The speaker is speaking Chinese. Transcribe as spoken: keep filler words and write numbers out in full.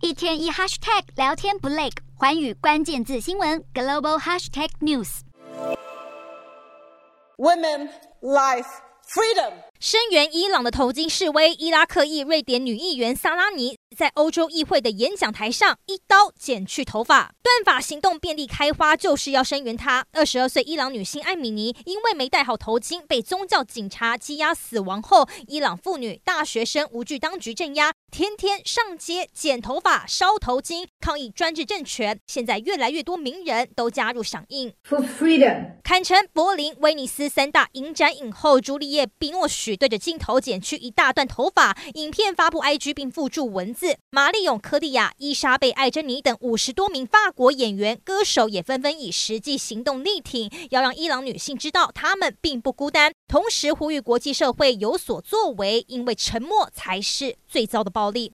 一天一 hashtag 聊天不累，寰宇关键字新闻 global hashtag news。 Women, life, freedom。 声援伊朗的头巾示威，伊拉克裔瑞典女议员萨拉尼在欧洲议会的演讲台上一刀剪去头发，断发行动遍地开花，就是要声援她。二十二岁伊朗女星艾米尼因为没戴好头巾，被宗教警察羁押死亡后，伊朗妇女、大学生无惧当局镇压，天天上街剪头发、烧头巾，抗议专制政权。现在越来越多名人都加入响应。 For freedom。 坎城、柏林、威尼斯三大影展影后朱丽叶·比诺许对着镜头剪去一大段头发，影片发布 I G 并附注文字。玛丽永·科蒂亚、伊莎贝·艾珍妮等五十多名法国演员、歌手也纷纷以实际行动力挺，要让伊朗女性知道她们并不孤单。同时呼吁国际社会有所作为，因为沉默才是最糟的暴力。